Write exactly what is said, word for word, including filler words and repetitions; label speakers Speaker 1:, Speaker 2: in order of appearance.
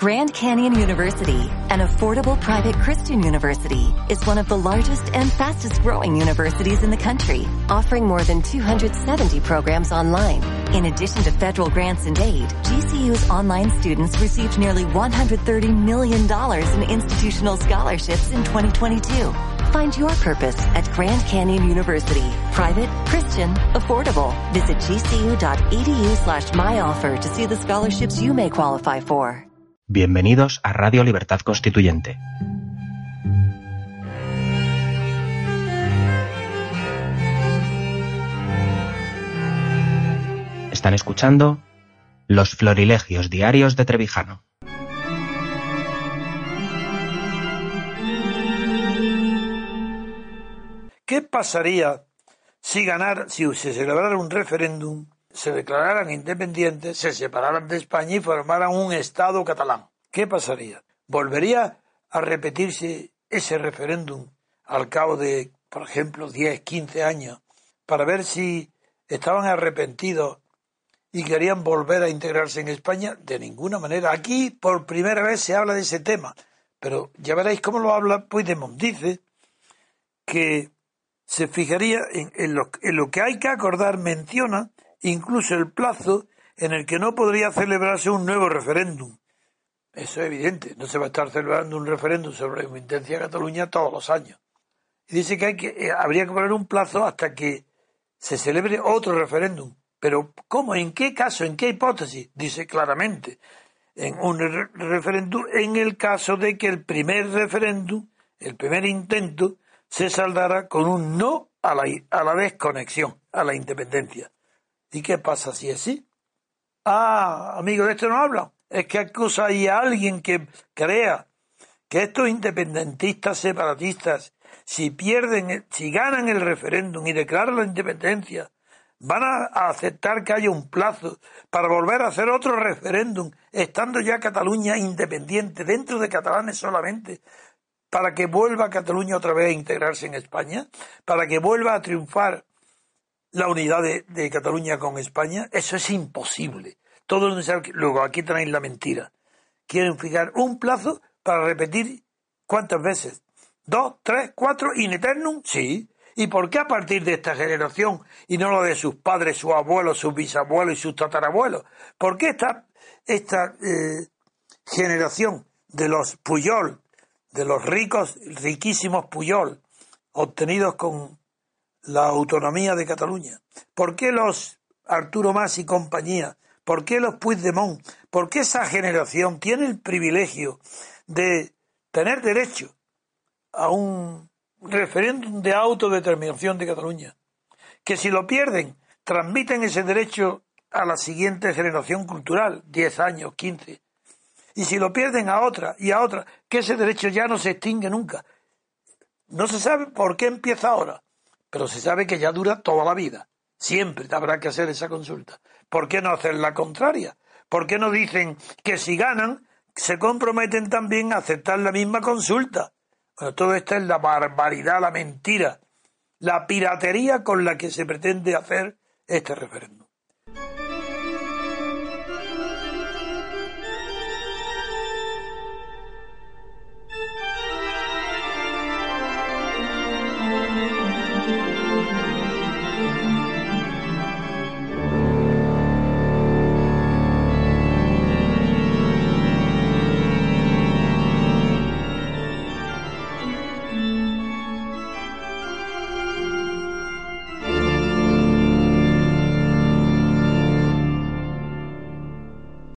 Speaker 1: Grand Canyon University, an affordable private Christian university, is one of the largest and fastest growing universities in the country, offering more than two hundred seventy programs online. In addition to federal grants and aid, G C U's online students received nearly one hundred thirty million dollars in institutional scholarships in twenty twenty-two. Find your purpose at Grand Canyon University. Private, Christian, affordable. Visit gcu.edu slash myoffer to see the scholarships you may qualify for.
Speaker 2: Bienvenidos a Radio Libertad Constituyente. Están escuchando Los Florilegios Diarios de Trevijano.
Speaker 3: ¿Qué pasaría si ganar, si se celebrara un referéndum, se declararan independientes, se separaran de España y formaran un Estado catalán? ¿Qué pasaría? ¿Volvería a repetirse ese referéndum al cabo de, por ejemplo, diez, quince años, para ver si estaban arrepentidos y querían volver a integrarse en España? De ninguna manera. Aquí por primera vez se habla de ese tema, pero ya veréis cómo lo habla Puigdemont. Dice que se fijaría en, en, lo, en lo que hay que acordar, menciona incluso el plazo en el que no podría celebrarse un nuevo referéndum. Eso es evidente, no se va a estar celebrando un referéndum sobre la independencia de Cataluña todos los años. Y dice que, hay que eh, habría que poner un plazo hasta que se celebre otro referéndum. Pero ¿cómo? ¿En qué caso? ¿En qué hipótesis? Dice claramente, en un re- referéndum en el caso de que el primer referéndum, el primer intento, se saldara con un no a la, a la desconexión, a la independencia. ¿Y qué pasa si es así? Ah, amigo, de esto no hablan. Es que acusa ahí a alguien que crea que estos independentistas separatistas, si pierden, si ganan el referéndum y declaran la independencia, van a, a aceptar que haya un plazo para volver a hacer otro referéndum, estando ya Cataluña independiente, dentro de catalanes solamente, para que vuelva Cataluña otra vez a integrarse en España, para que vuelva a triunfar la unidad de, de Cataluña con España. Eso es imposible. Todo lo que... Luego, aquí tenéis la mentira. Quieren fijar un plazo para repetir ¿cuántas veces? ¿Dos, tres, cuatro, in eternum? Sí. ¿Y por qué a partir de esta generación y no la de sus padres, sus abuelos, sus bisabuelos y sus tatarabuelos? ¿Por qué esta, esta eh, generación de los Puyol, de los ricos, riquísimos Puyol, obtenidos con la autonomía de Cataluña? ¿Por qué los Arturo Mas y compañía? ¿Por qué los Puigdemont? ¿Por qué esa generación tiene el privilegio de tener derecho a un referéndum de autodeterminación de Cataluña? Que si lo pierden, transmiten ese derecho a la siguiente generación cultural, diez años, quince. Y si lo pierden a otra y a otra, que ese derecho ya no se extingue nunca. No se sabe por qué empieza ahora, pero se sabe que ya dura toda la vida. Siempre habrá que hacer esa consulta. ¿Por qué no hacer la contraria? ¿Por qué no dicen que si ganan, se comprometen también a aceptar la misma consulta? Bueno, todo esto es la barbaridad, la mentira, la piratería con la que se pretende hacer este referéndum.